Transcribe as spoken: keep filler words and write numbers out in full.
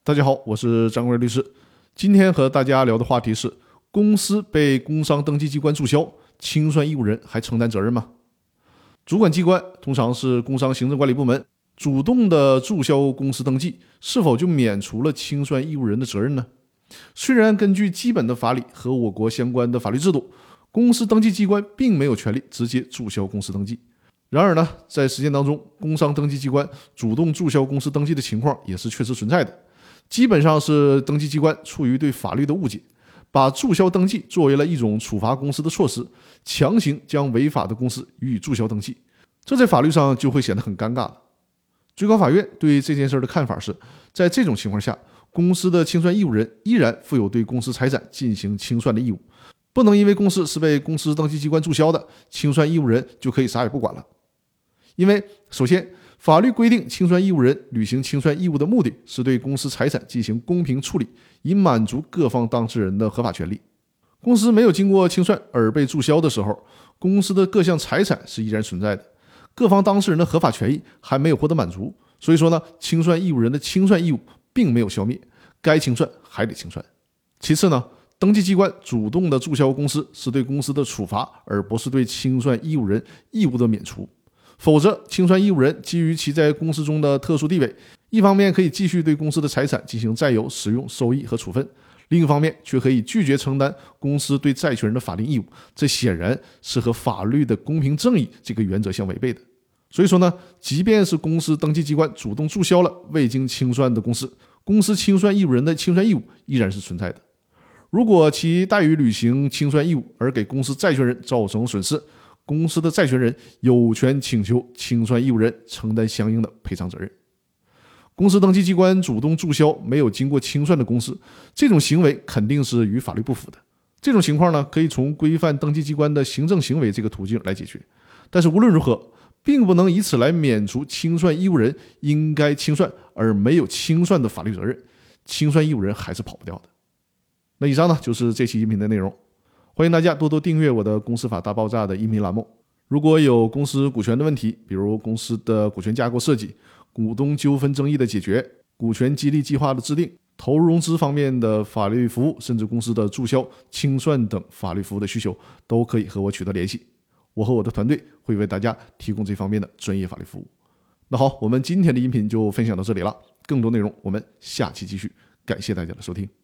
大家好，我是张贵律师。今天和大家聊的话题是：公司被工商登记机关注销，清算义务人还承担责任吗？主管机关通常是工商行政管理部门，主动的注销公司登记，是否就免除了清算义务人的责任呢？虽然根据基本的法理和我国相关的法律制度，公司登记机关并没有权利直接注销公司登记，然而呢，在实践当中，工商登记机关主动注销公司登记的情况也是确实存在的。基本上是登记机关出于对法律的误解，把注销登记作为了一种处罚公司的措施，强行将违法的公司予以注销登记，这在法律上就会显得很尴尬了。最高法院对这件事的看法是，在这种情况下，公司的清算义务人依然负有对公司财产进行清算的义务，不能因为公司是被公司登记机关注销的，清算义务人就可以啥也不管了。因为首先，法律规定清算义务人履行清算义务的目的是对公司财产进行公平处理，以满足各方当事人的合法权利。公司没有经过清算而被注销的时候，公司的各项财产是依然存在的，各方当事人的合法权益还没有获得满足，所以说呢，清算义务人的清算义务并没有消灭，该清算还得清算。其次呢，登记机关主动的注销公司是对公司的处罚，而不是对清算义务人义务的免除。否则，清算义务人基于其在公司中的特殊地位，一方面可以继续对公司的财产进行占有、使用、收益和处分，另一方面却可以拒绝承担公司对债权人的法定义务，这显然是和法律的公平正义这个原则相违背的。所以说呢，即便是公司登记机关主动注销了未经清算的公司，公司清算义务人的清算义务依然是存在的。如果其怠于履行清算义务而给公司债权人造成损失，公司的债权人有权请求清算义务人承担相应的赔偿责任。公司登记机关主动注销没有经过清算的公司，这种行为肯定是与法律不符的。这种情况呢，可以从规范登记机关的行政行为这个途径来解决。但是无论如何，并不能以此来免除清算义务人应该清算而没有清算的法律责任，清算义务人还是跑不掉的。那以上呢，就是这期音频的内容。欢迎大家多多订阅我的公司法大爆炸的音频栏目。如果有公司股权的问题，比如公司的股权架构设计、股东纠纷争议的解决、股权激励计划的制定、投入融资方面的法律服务，甚至公司的注销、清算等法律服务的需求，都可以和我取得联系。我和我的团队会为大家提供这方面的专业法律服务。那好，我们今天的音频就分享到这里了，更多内容我们下期继续，感谢大家的收听。